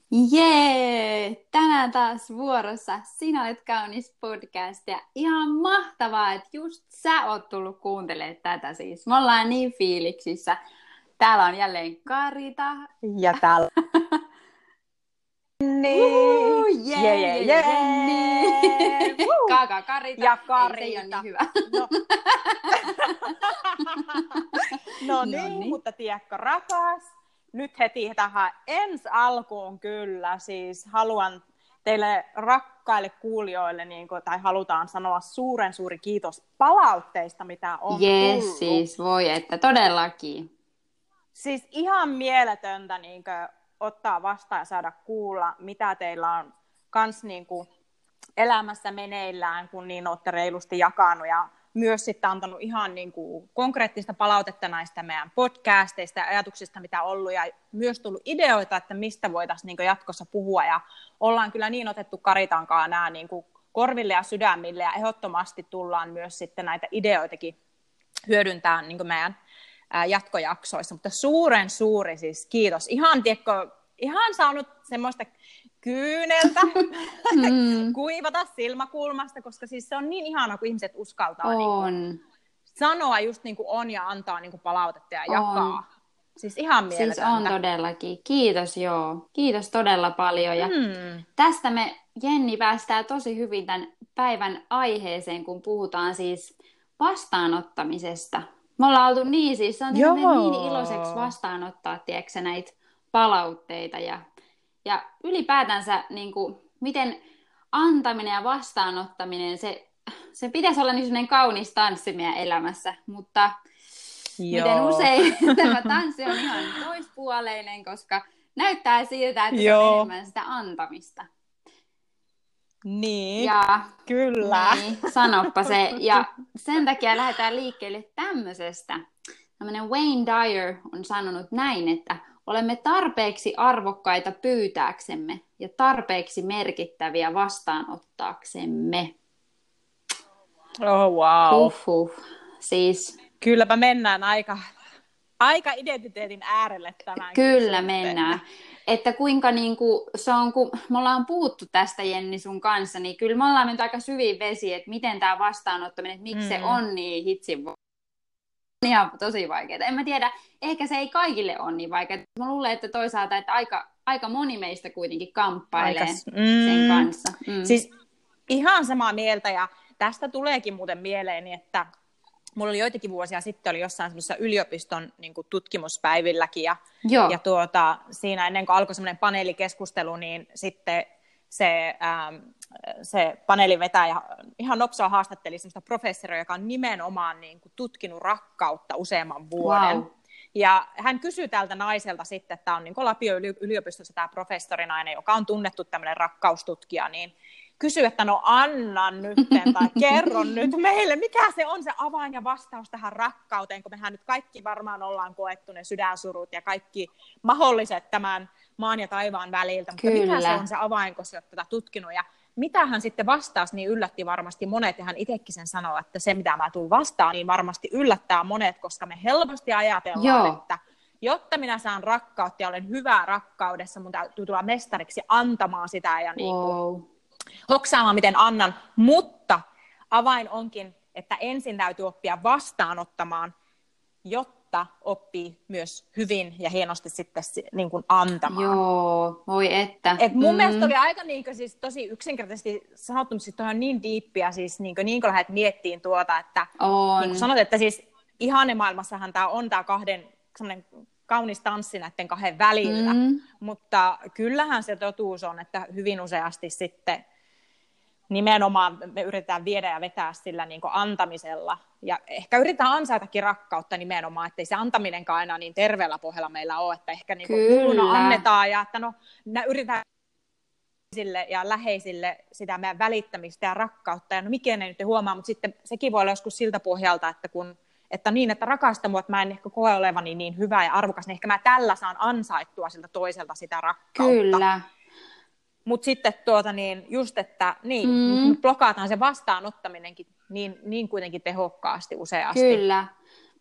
Jee! Tänään taas vuorossa Sinä olet kaunis podcast ja ihan mahtavaa, että just sä oot tullut kuuntelemaan tätä siis. Me ollaan niin fiiliksissä. Täällä on jälleen Karita. Ja täällä Uhu, Jenni. jee, jee, Jenni. Kaaka Karita. Ja Ei, se ei ole niin Karita. hyvä. No No niin, niin. mutta tiedätkö rakas, nyt heti tähän ensi alkuun kyllä, siis haluan teille rakkaille kuulijoille, tai halutaan sanoa suuren suuri kiitos palautteista, mitä on Jes, tullut. siis voi, että todellakin. Siis ihan mieletöntä ottaa vastaan ja saada kuulla, mitä teillä on kans elämässä meneillään, kun olette reilusti jakanut ja myös sitten antanut ihan konkreettista palautetta näistä meidän podcasteista ja ajatuksista, mitä on ollut, ja myös tullut ideoita, että mistä voitaisiin jatkossa puhua, ja ollaan kyllä niin otettu Karitankaan nämä korville ja sydämille, ja ehdottomasti tullaan myös sitten näitä ideoitakin hyödyntää meidän jatkojaksoissa, mutta suuren suuri siis kiitos. Ihan saanut semmoista kyyneltä kuivata silmäkulmasta, koska siis se on niin ihanaa, kun ihmiset uskaltaa sanoa just niin kuin on ja antaa palautetta ja jakaa. Siis ihan mieletöntä. Siis on todellakin. Kiitos, joo. Kiitos todella paljon. Ja tästä me, Jenni, päästään tosi hyvin tämän päivän aiheeseen, kun puhutaan siis vastaanottamisesta. Me ollaan oltu niin, siis se on niin iloiseksi vastaanottaa, tiedätkö, näitä palautteita ja ylipäätänsä, niin kuin, miten antaminen ja vastaanottaminen, se pitäisi olla niin sellainen kaunis tanssi meidän elämässä, mutta miten usein tämä tanssi on ihan toispuoleinen, koska näyttää siltä, että se on enemmän sitä antamista. Niin, ja, kyllä. Niin, sanoppa se. Ja sen takia lähdetään liikkeelle tämmöisestä. Tämmöinen Wayne Dyer on sanonut näin, että olemme tarpeeksi arvokkaita pyytääksemme ja tarpeeksi merkittäviä vastaanottaaksemme. Oh wow. Siis kylläpä mennään aika identiteetin äärelle tämän. Kyllä mennään. Että kuinka se on, kun me ollaan puhuttu tästä, Jenni, sun kanssa, niin kyllä me ollaan mennyt aika syviin vesiin, että miten tämä vastaanottaminen, että miksi se on niin hitsin ihan tosi vaikeaa. En mä tiedä, ehkä se ei kaikille ole niin vaikeaa. Mä luulen, että toisaalta, että aika moni meistä kuitenkin kamppailee sen kanssa. Siis ihan samaa mieltä, ja tästä tuleekin muuten mieleeni, että mulla oli joitakin vuosia sitten, oli jossain semmoisessa yliopiston tutkimuspäivilläkin, ja siinä ennen kuin alkoi semmoinen paneelikeskustelu, niin sitten se paneelin vetäjä ihan nopsaa haastatteli semmoista professoria, joka on nimenomaan tutkinut rakkautta useamman vuoden. Wow. Ja hän kysyi tältä naiselta sitten, että tämä on Lapion yliopistossa tämä professorinainen, joka on tunnettu tämmöinen rakkaustutkija, niin kysy, että no anna nyt tai kerro nyt meille, mikä se on se avain ja vastaus tähän rakkauteen, kun mehän nyt kaikki varmaan ollaan koettu ne sydänsurut ja kaikki mahdolliset tämän maan ja taivaan väliltä, mutta mikä se on se avain, kun sä oot tätä tutkinut, ja mitä hän sitten vastasi, niin yllätti varmasti monet, ja hän itsekin sen sanoi, että se mitä mä tuun vastaan, niin varmasti yllättää monet, koska me helposti ajatellaan, että jotta minä saan rakkautta ja olen hyvää rakkaudessa, mun täytyy tulla mestariksi antamaan sitä ja hoksaamaan, miten annan, mutta avain onkin, että ensin täytyy oppia vastaanottamaan, jotta oppii myös hyvin ja hienosti sitten antamaan. Joo, voi että. Mun mielestä oli aika siis tosi yksinkertaisesti sanottu, mutta sitten on niin diippiä, siis niin kun lähdet miettimään että niin kuin sanot, että siis ihanemaailmassahan tämä on tämä kahden semmoinen kaunis tanssi näiden kahden välillä, mutta kyllähän se totuus on, että hyvin useasti sitten nimenomaan me yritetään viedä ja vetää sillä antamisella. Ja ehkä yritetään ansaitakin rakkautta nimenomaan, ettei se antaminenkaan aina niin terveellä pohjalla meillä ole, että ehkä hulluna annetaan ja että yritetään sille ja läheisille sitä meidän välittämistä ja rakkautta. Ja mikään ei nyt huomaa, mutta sitten sekin voi olla joskus siltä pohjalta, että rakasta mua, että mä en ehkä koe olevani niin hyvä ja arvokas, niin ehkä mä tällä saan ansaittua siltä toiselta sitä rakkautta. Kyllä. Mutta sitten just, että blokataan se vastaanottaminenkin niin kuitenkin tehokkaasti useasti. Kyllä.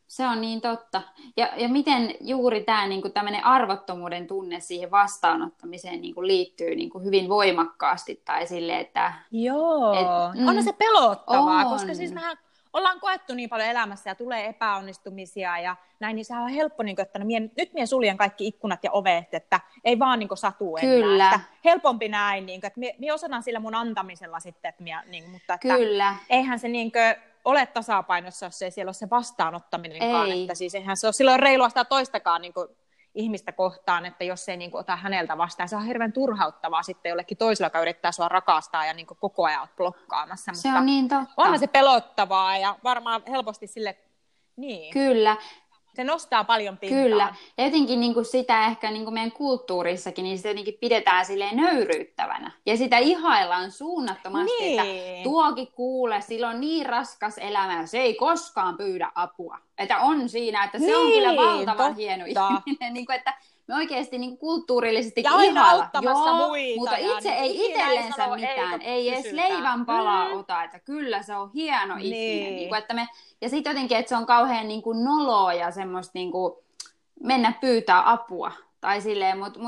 Se on niin totta. Ja miten juuri tämä niin tämmöinen arvottomuuden tunne siihen vastaanottamiseen niin kuin liittyy niin kuin hyvin voimakkaasti tai sille, että... Joo, onhan se pelottavaa, koska siis on. mehän ollaan koettu niin paljon elämässä ja tulee epäonnistumisia ja näin, niin sehän on helppo, niin kuin, että no nyt minä suljen kaikki ikkunat ja ovet, että ei vaan niin kuin, satu Kyllä. enää. Että helpompi näin, niin kuin, että minä osaan sillä mun antamisella sitten, että minä, niin kuin, mutta että Kyllä. eihän se niin kuin, ole tasapainossa, jos ei siellä ole se vastaanottaminenkaan, että siis eihän se ole silloin reilua sitä toistakaan niin kuin, ihmistä kohtaan, että jos ei niin kuin, ota häneltä vastaan, se on hirveän turhauttavaa sitten jollekin toisella, joka yrittää sua rakastaa ja niin kuin, koko ajan olet blokkaamassa. Se on niin totta. Onhan se pelottavaa ja varmaan helposti sille, niin. Kyllä. Se nostaa paljon pintaan. Kyllä. Ja jotenkin niin kuin sitä ehkä niin kuin meidän kulttuurissakin, niin sitä jotenkin pidetään silleen nöyryyttävänä. Ja sitä ihaillaan suunnattomasti, niin. että tuokin kuule, sillä on niin raskas elämä ja se ei koskaan pyydä apua. Että on siinä, että se niin, on kyllä valtavan hieno ihminen. Niin kuin, että me oikeasti niin kulttuurillisesti ihaillaan. Mutta itse ei itsellensä mitään. Ei edes leivän palaa ota, että kyllä se on hieno ihminen. Niin kuin, että ja sitten jotenkin, että se on kauhean niin kuin noloa ja semmoista niin kuin mennä pyytää apua. Tai silleen, mutta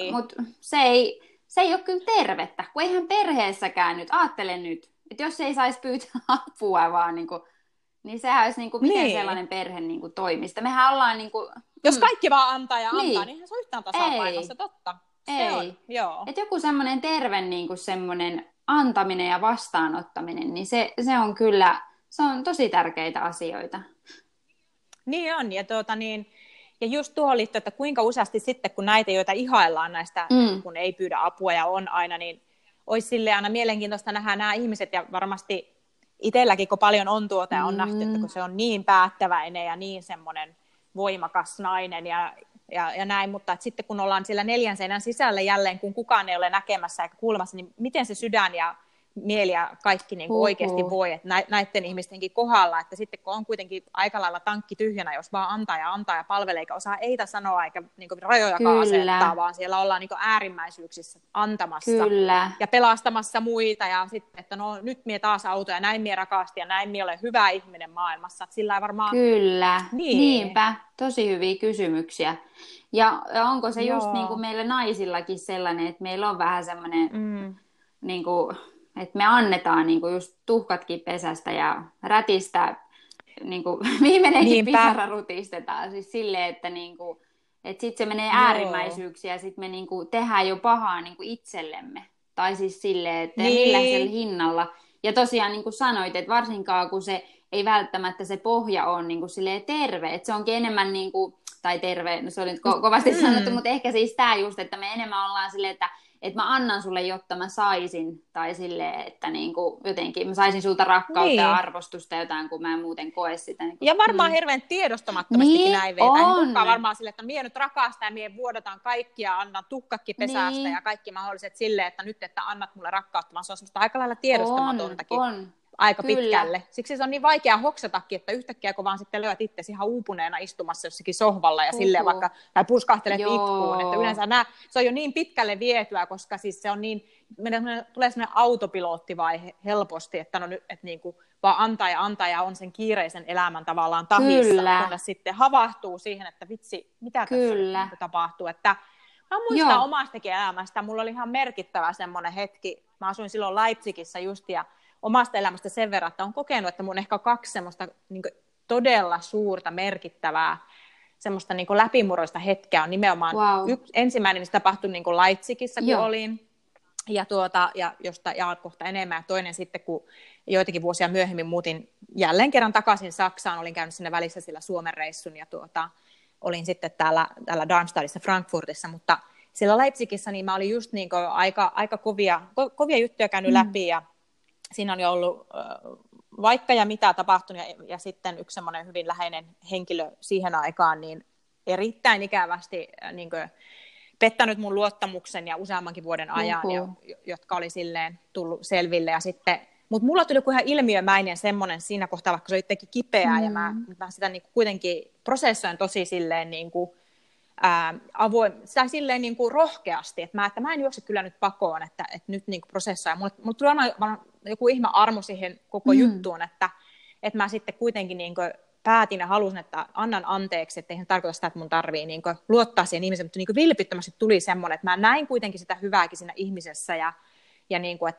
se ei ole kyllä tervettä. Kun eihän perheessäkään nyt, ajattele nyt, että jos ei saisi pyytää apua vaan niin sehän olisi miten sellainen perhe toimista. Mehän ollaan jos kaikki vaan antaa ja antaa, niin se on yhtään tasapainossa, totta. Ei. Se on, joo. Et joku semmoinen terve semmoinen antaminen ja vastaanottaminen, niin se on kyllä, se on tosi tärkeitä asioita. Niin on, ja just tuohon liittyen, että kuinka useasti sitten, kun näitä, joita ihaillaan näistä, kun ei pyydä apua ja on aina, niin olisi silleen aina mielenkiintoista nähdä nämä ihmiset, ja varmasti itselläkin, kun paljon on ja on nähty, että kun se on niin päättäväinen ja niin semmoinen voimakas nainen ja näin, mutta että sitten kun ollaan siellä 4 seinän sisällä jälleen, kun kukaan ei ole näkemässä eikä kuulemassa, niin miten se sydän ja mieli ja kaikki niin kuin oikeasti voi, että näiden ihmistenkin kohdalla, että sitten kun on kuitenkin aika lailla tankki tyhjänä, jos vaan antaa ja palvelee, eikä osaa eitä sanoa eikä niin kuin rajojakaan asettaa, vaan siellä ollaan niin kuin äärimmäisyyksissä antamassa ja pelastamassa muita ja sitten, että no nyt mie taas auto ja näin mie rakasti ja näin mie olen hyvä ihminen maailmassa, että sillä ei varmaan... Kyllä, niinpä, tosi hyviä kysymyksiä. Ja onko se just niin kuin meillä naisillakin sellainen, että meillä on vähän semmoinen... Niin kuin, että me annetaan niin kuin just tuhkatkin pesästä ja rätistä, niin kuin viimeinenkin pisara rutistetaan. Siis silleen, että, niin kuin, että sitten se menee äärimmäisyyksiä ja sitten me niin kuin tehdään jo pahaa niin kuin itsellemme. Tai siis silleen, että millaisella hinnalla. Ja tosiaan niin kuin sanoit, että varsinkaan kun se ei välttämättä se pohja ole niin kuin silleen terve. Että se onkin enemmän, niin kuin, tai terve, no se oli nyt kovasti sanottu, mutta ehkä siis tämä just, että me enemmän ollaan silleen, että mä annan sulle, jotta mä saisin, tai silleen, että niinku, jotenkin mä saisin sulta rakkautta ja arvostusta jotain, kun mä en muuten koe sitä. Niin ja varmaan hirveän tiedostamattomastikin näin vetään. Kukaan varmaan silleen, että mie nyt rakastan ja mie vuodataan kaikki ja annan tuhkakki pesästä ja kaikki mahdolliset silleen, että nyt, että annat mulle rakkautta, vaan se on semmoista aika lailla tiedostamatontakin. Aika pitkälle. Siksi se on niin vaikea hoksatakin, että yhtäkkiä kun vaan sitten löydät itsesi ihan uupuneena istumassa jossakin sohvalla ja silleen vaikka, tai puskahtelet ikkuun, että yleensä se on jo niin pitkälle vietyä, koska siis se on niin, tulee semmoinen autopiloottivaihe helposti, että no nyt, että niinku vaan antaa ja on sen kiireisen elämän tavallaan tahissa, kunnes sitten havahtuu siihen, että vitsi, mitä tässä tapahtuu, että mä muistan omastakin elämästä, mulla oli ihan merkittävä semmoinen hetki, mä asuin silloin Leipzigissä just ja omasta elämästä sen verran, että olen kokenut, että mun ehkä 2 semmoista niin kuin todella suurta, merkittävää, semmoista niin kuin läpimurroista hetkeä on nimenomaan ensimmäinen, se tapahtui niin kuin Leipzigissä, kun olin, ja josta jaan kohta enemmän, ja toinen sitten, kun joitakin vuosia myöhemmin muutin jälleen kerran takaisin Saksaan, olin käynyt sinne välissä sillä Suomen reissun, ja olin sitten täällä Darmstadtissa, Frankfurtissa, mutta siellä Leipzigissä niin mä olin just niin kuin aika kovia juttuja käynyt läpi, ja siinä on jo ollut vaikka ja mitä tapahtunut, ja sitten yksi semmoinen hyvin läheinen henkilö siihen aikaan, niin erittäin ikävästi niin kuin pettänyt mun luottamuksen ja useammankin vuoden ajan, jotka oli silleen tullut selville. Mutta mulla tuli joku ihan ilmiömäinen semmoinen siinä kohtaa, vaikka se oli teki kipeää, ja mä sitä niin kuin kuitenkin prosessoin tosi silleen niin kuin, silleen niin kuin rohkeasti, että mä en juokse kyllä nyt pakoon, että nyt niin kuin prosessoin. Mulla tuli joku ihme armo siihen koko juttuun, että mä sitten kuitenkin niin kuin päätin ja halusin, että annan anteeksi, että eihän tarkoita sitä, että mun tarvii niin kuin luottaa siihen ihmiseen, mutta niin kuin vilpittömästi tuli semmoinen, että mä näin kuitenkin sitä hyvääkin siinä ihmisessä ja niin kuin,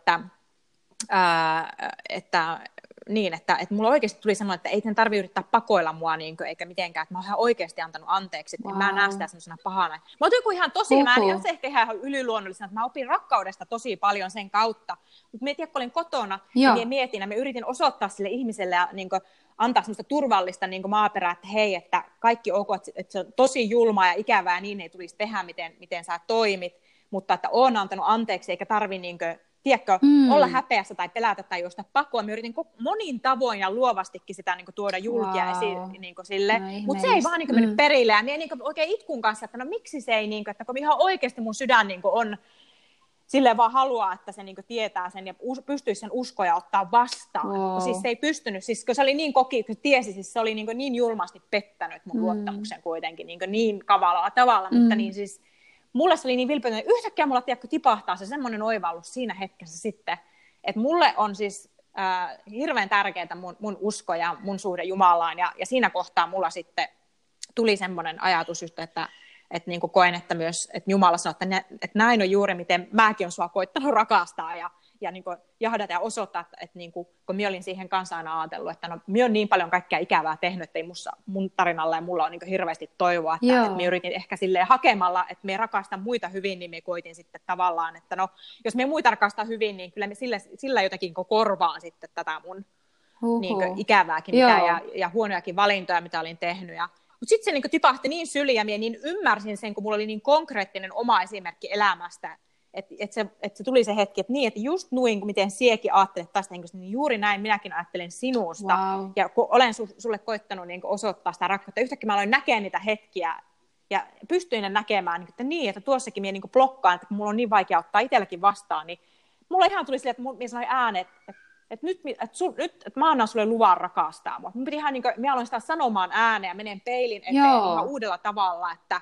että mulla oikeasti tuli semmoinen, että ei sen tarvitse yrittää pakoilla mua niin kuin, eikä mitenkään, että mä oon ihan oikeasti antanut anteeksi, että mä en näe sitä semmoisena pahana. Mä oon joku ihan tosi, mä en se ehkä ihan yliluonnollisena, että mä opin rakkaudesta tosi paljon sen kautta, mutta mietin, kun olin kotona, ja mietin, ja mä yritin osoittaa sille ihmiselle ja niin kuin, antaa semmoista turvallista niin kuin maaperää, että hei, että kaikki ok, että se on tosi julmaa ja ikävää, niin ei tulisi tehdä, miten sä toimit, mutta että oon antanut anteeksi, eikä tarvi niin kuin, tiedätkö, olla häpeässä tai pelätä tai jostain pakoa. Mä yritin monin tavoin ja luovastikin sitä niin kuin, tuoda julkia esiin niin sille, mutta se ei vaan niin kuin, mennyt perille. Ja minä niin kuin, oikein itkun kanssa, että no miksi se ei, niin kuin, että kun ihan oikeasti mun sydän niin kuin, on silleen vaan haluaa, että se niin kuin, tietää sen ja pystyisi sen uskoa ottaa vastaan. Siis se ei pystynyt, siis kun se oli niin kun tiesi, siis se oli niin julmasti pettänyt mun luottamuksen kuitenkin niin kavalalla tavalla, mutta niin siis mulle se oli niin vilpitön, yhtäkkiä mulla tipahtaa se semmoinen oivallus siinä hetkessä sitten, että mulle on siis hirveän tärkeää mun usko ja mun suhde Jumalaan, ja siinä kohtaa mulla sitten tuli semmoinen ajatus just, että niin kuin koen, että myös että Jumala sanoo, että näin on juuri, miten mäkin olen sua koittanut rakastaa ja niin kuin jahdata ja osoittaa, että niin kuin, kun minä olin siihen kanssa aina ajatellut, että no, minä olen niin paljon kaikkea ikävää tehnyt, että ei mun tarinalla ja mulla on niin kuin hirveästi toivoa, että minä yritin ehkä silleen hakemalla, että minä rakastan muita hyvin, niin minä koitin sitten tavallaan, että no, jos minä muita rakastan hyvin, niin kyllä minä sillä jotenkin korvaan sitten tätä mun niin kuin ikävääkin ja huonojakin valintoja, mitä olin tehnyt. Mutta sitten se niin kuin tipahti niin syliin ja minä niin ymmärsin sen, kun mulla oli niin konkreettinen oma esimerkki elämästä, että se tuli se hetki, että just noin, miten siekin ajattelet tästä henkilöstä, niin juuri näin minäkin ajattelen sinusta. Wow. Ja kun olen sulle koittanut niin osoittaa sitä rakkautta, yhtäkkiä mä aloin näkeä niitä hetkiä ja pystyin ne näkemään, että tuossakin minä niin blokkaan, että kun mulla on niin vaikea ottaa itselläkin vastaan, niin mulla ihan tuli silleen, että minä sanoin ääneen, että nyt mä annan sulle luvan rakastaa mua. Mun piti ihan niin kuin, minä aloin sitä sanomaan ääneen ja menen peilin eteen ihan uudella tavalla, että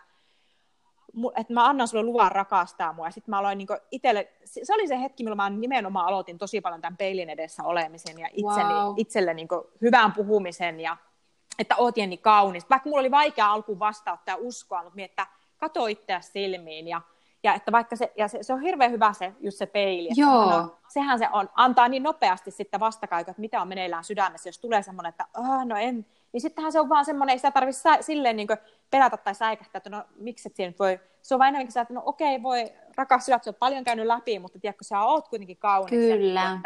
mä annan sulle luvan rakastaa mua. Ja sitten mä aloin niinku itselle, se oli se hetki, milloin mä nimenomaan aloitin tosi paljon tämän peilin edessä olemisen ja itselle niinku hyvän puhumisen ja että oot Jenni kaunis. Vaikka mulla oli vaikea alkuun vastauttaa ja uskoa, mutta että kato itseäsi silmiin ja että vaikka se on hirveän hyvä just se peili. Että sehän se on, antaa niin nopeasti sitten vastakaikua, että mitä on meneillään sydämessä, jos tulee semmoinen, että no en, niin sittenhän se on vaan semmoinen, ei sitä tarvitse silleen niin pelätä tai säikähtää, että no miksi et siinä nyt voi, se on vain enemmänkin se, että no okei, voi rakas sydät, sä oot paljon käynyt läpi, mutta tiedätkö, sä oot kuitenkin kaunis. Kyllä.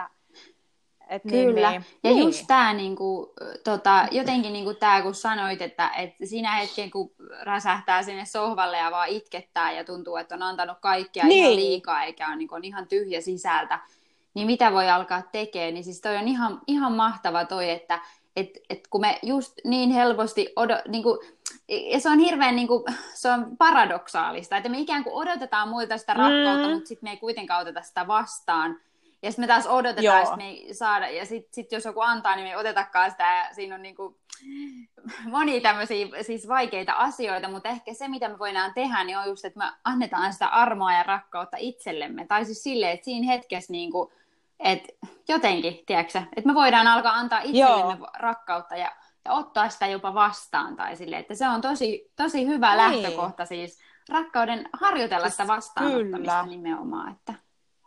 Kyllä. Ja just tämä niinku, jotenkin niinku tää, kun sanoit, että siinä hetken, kun räsähtää sinne sohvalle ja vaan itkettää ja tuntuu, että on antanut kaikkia ihan liikaa eikä on, niinku, on ihan tyhjä sisältä, niin mitä voi alkaa tekemään, niin siis toi on ihan mahtava toi, että kun me just niin helposti niinku, ja se on hirveän niinku, se on paradoksaalista, että me ikään kuin odotetaan muilta sitä rakkautta, mutta sitten me ei kuitenkaan oteta sitä vastaan. Ja sitten me taas odotetaan, että me ei saada, ja sitten jos joku antaa, niin me ei otetakaan sitä, ja siinä on niinku monia tämmöisiä siis vaikeita asioita, mutta ehkä se, mitä me voidaan tehdä, niin on just, että me annetaan sitä armoa ja rakkautta itsellemme, tai siis silleen, että siinä hetkessä niinku, että jotenkin, tiedätkö, että me voidaan alkaa antaa itsellemme rakkautta ja ottaa sitä jopa vastaan, tai silleen, että se on tosi hyvä lähtökohta siis rakkauden harjoitella sitä vastaanottamista nimenomaan, että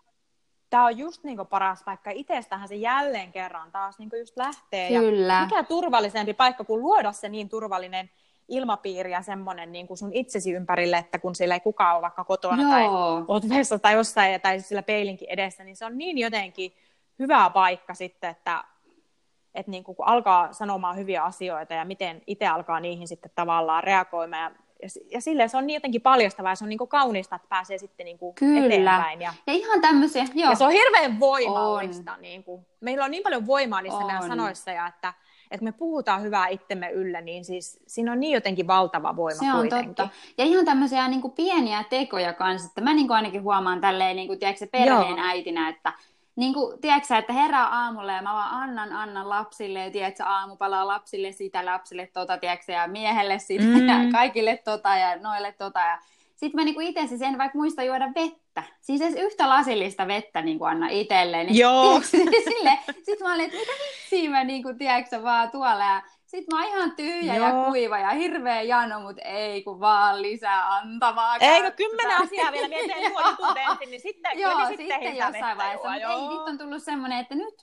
tämä on just niinku paras paikka. Itsestähän se jälleen kerran taas niinku just lähtee. Kyllä. Ja mikä turvallisempi paikka kuin luoda se niin turvallinen ilmapiiri ja semmoinen niinku sun itsesi ympärille, että kun siellä ei kukaan ole vaikka kotona tai oot vessassa tai jossain tai sillä peilinkin edessä, niin se on niin jotenkin hyvä paikka sitten, että niinku, kun alkaa sanomaan hyviä asioita ja miten itse alkaa niihin sitten tavallaan reagoimaan ja silleen se on niin jotenkin paljastavaa ja se on niin kuin kaunista, että pääsee sitten niin kuin eteenpäin. Ja ihan tämmöisiä, ja se on hirveän voimallista. Niin kuin, meillä on niin paljon voimaa niissä meidän sanoissa, ja että me puhutaan hyvää itsemme yllä, niin siis siinä on niin jotenkin valtava voima se on kuitenkin. Totta. Ja ihan tämmöisiä niin kuin pieniä tekoja kanssa, että mä niin kuin ainakin huomaan tälleen, niin kuin, tiedätkö, perheen äitinä, että niin kuin, tiedätkö, että herää aamulla ja mä vaan annan lapsille, ja tiedätkö, aamupalaa lapsille sitä, lapsille tiedätkö, ja miehelle sitä, ja kaikille ja noille ja sitten mä niinku itse siis en vaikka muista juoda vettä. Siis edes yhtä lasillista vettä niinku anna itselleen. Niin, joo. Sitten mä olin, että mitä vitsiä mä niinku, tiedätkö, vaan tuolla. Ja Sit mä oon ihan tyhjä Joo. ja kuiva ja hirveä jano, mut ei kun vaan lisää antamaa. Eikö 10 asiaa vielä mietin jutut ensin, niin sitten joo, sitten jossain vaiheessa. Mutta ei, nyt on tullut semmoinen, että nyt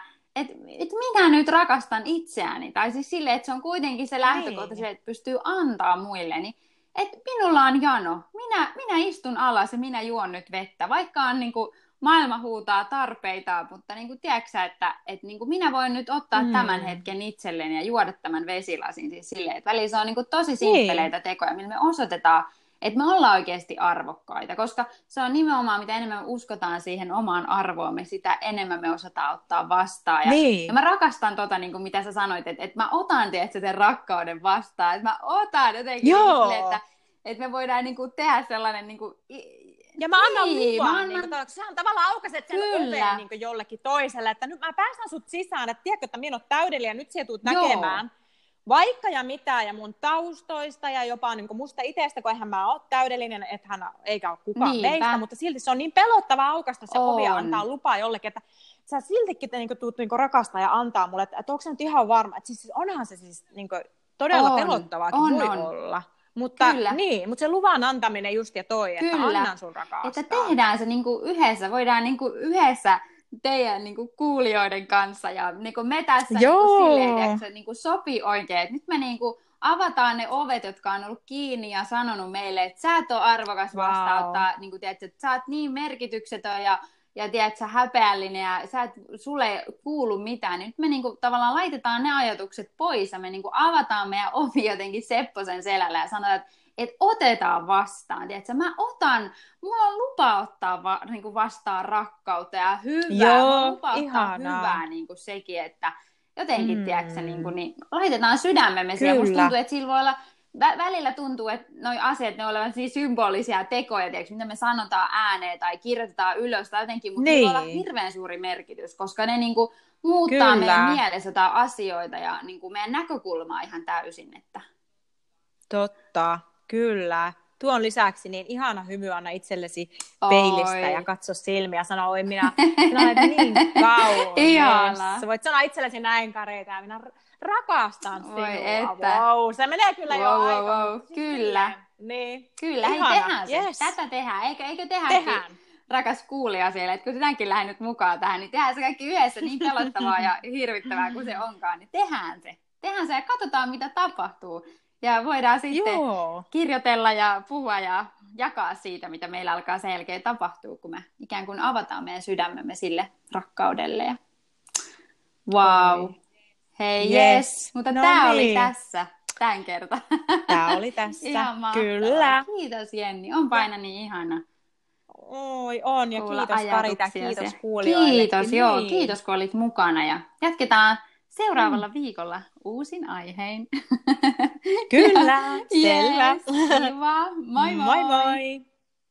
minä nyt rakastan itseäni. Tai siis silleen, että se on kuitenkin se lähtökohta sille, että pystyy antaa muille. Niin, että minulla on jano. Minä istun alas ja minä juon nyt vettä. Vaikka on niin kuin, maailma huutaa tarpeita, mutta niin kuin, tiedätkö sä, että niin kuin minä voin nyt ottaa tämän hetken itselleni ja juoda tämän vesilasin. Siis silleen, että välillä se on niin kuin, tosi simppeleitä tekoja, millä me osoitetaan, että me ollaan oikeasti arvokkaita, koska se on nimenomaan, mitä enemmän me uskotaan siihen omaan arvoamme, sitä enemmän me osataan ottaa vastaan. Ja mä rakastan niin kuin mitä sä sanoit, että mä otan sen rakkauden vastaan, että mä otan jotenkin, että me voidaan niin kuin tehdä sellainen... Niin kuin, ja mä annan luvan, niin sähän tavallaan aukaset sen oven niin jollekin toiselle, että nyt mä päästän sut sisään, että tiedätkö, että minä en ole täydellinen, nyt sä tulet näkemään. Vaikka ja mitä ja mun taustoista ja jopa niin musta itsestä, kun eihän mä ole täydellinen, eikä ole kukaan meistä, mutta silti se on niin pelottava aukasta se ovi ja antaa lupaa jollekin, että sä siltikin tuut niin rakastaa ja antaa mulle, että onko se nyt ihan varma, että siis onhan se siis niin todella pelottavaakin voi olla. Mutta, mutta se luvan antaminen just ja toi, että annan sun rakastaa. Että tehdään se niin kuin yhdessä, voidaan niin kuin yhdessä teidän niin kuin kuulijoiden kanssa ja niin kuin me tässä niin kuin silleen, että se niin kuin sopii oikein. Että nyt me niin kuin avataan ne ovet, jotka on ollut kiinni ja sanonut meille, että sä et ole arvokas vastaanottaa, niin kuin tiedät, että sä oot niin merkityksetön ja tiedät, sä häpeällinen ja sulle ei kuulu mitään. Niin nyt me niin kuin, tavallaan laitetaan ne ajatukset pois ja me niin kuin avataan meidän ovi jotenkin Sepposen selällä ja sanotaan, että otetaan vastaan. Tiedätkö, mulla on lupa ottaa niin kuin vastaan rakkautta ja hyvää. Mulla on lupa ottaa hyvää niin kuin sekin, että jotenkin, tiedätkö, niin laitetaan sydämemme siihen. Musta tuntuu, että sillä voi olla, välillä tuntuu, että noi asiat, ne olevat niin symbolisia tekoja, tiedätkö, mitä me sanotaan ääneen tai kirjoitetaan ylös tai jotenkin, mutta niillä voi olla hirveän suuri merkitys, koska ne niin kuin muuttaa meidän mielessä jotain asioita ja niin kuin meidän näkökulmaa ihan täysin. Että... Totta. Kyllä. Tuon lisäksi niin ihana hymy anna itsellesi peilistä ja katso silmiä ja sano, oi minä olet niin kaunis. Voit sanoa itsellesi näin kareita ja minä rakastan sinua. Wow. Se menee kyllä jo aika. Kyllä. Niin. Kyllä, hei tehdään se. Yes. Tätä tehdään. Eikö tehdään? Rakas kuulija siellä, että kun sinäkin lähden nyt mukaan tähän, niin tehdään se kaikki yhdessä niin pelottavaa ja hirvittävää kuin se onkaan, niin tehdään se. Tehdään se ja katsotaan mitä tapahtuu. Ja voidaan sitten kirjoitella ja puhua ja jakaa siitä, mitä meillä alkaa sen jälkeen tapahtua, kun me ikään kuin avataan meidän sydämemme sille rakkaudelle. Ja... Wow. Hei, yes. Mutta tämä oli tässä tämän kerran. Tämä oli tässä. Ihan mahtavaa. Kyllä. Kiitos Jenni, on paina niin ihana. Oi, on ja kiitos Karita, kiitos kuulijoille. Kiitos, joo, kiitos kun olit mukana ja jatketaan seuraavalla viikolla uusin aihein. Kyllä, selvä. Yes, kiva. Moi moi. Moi moi.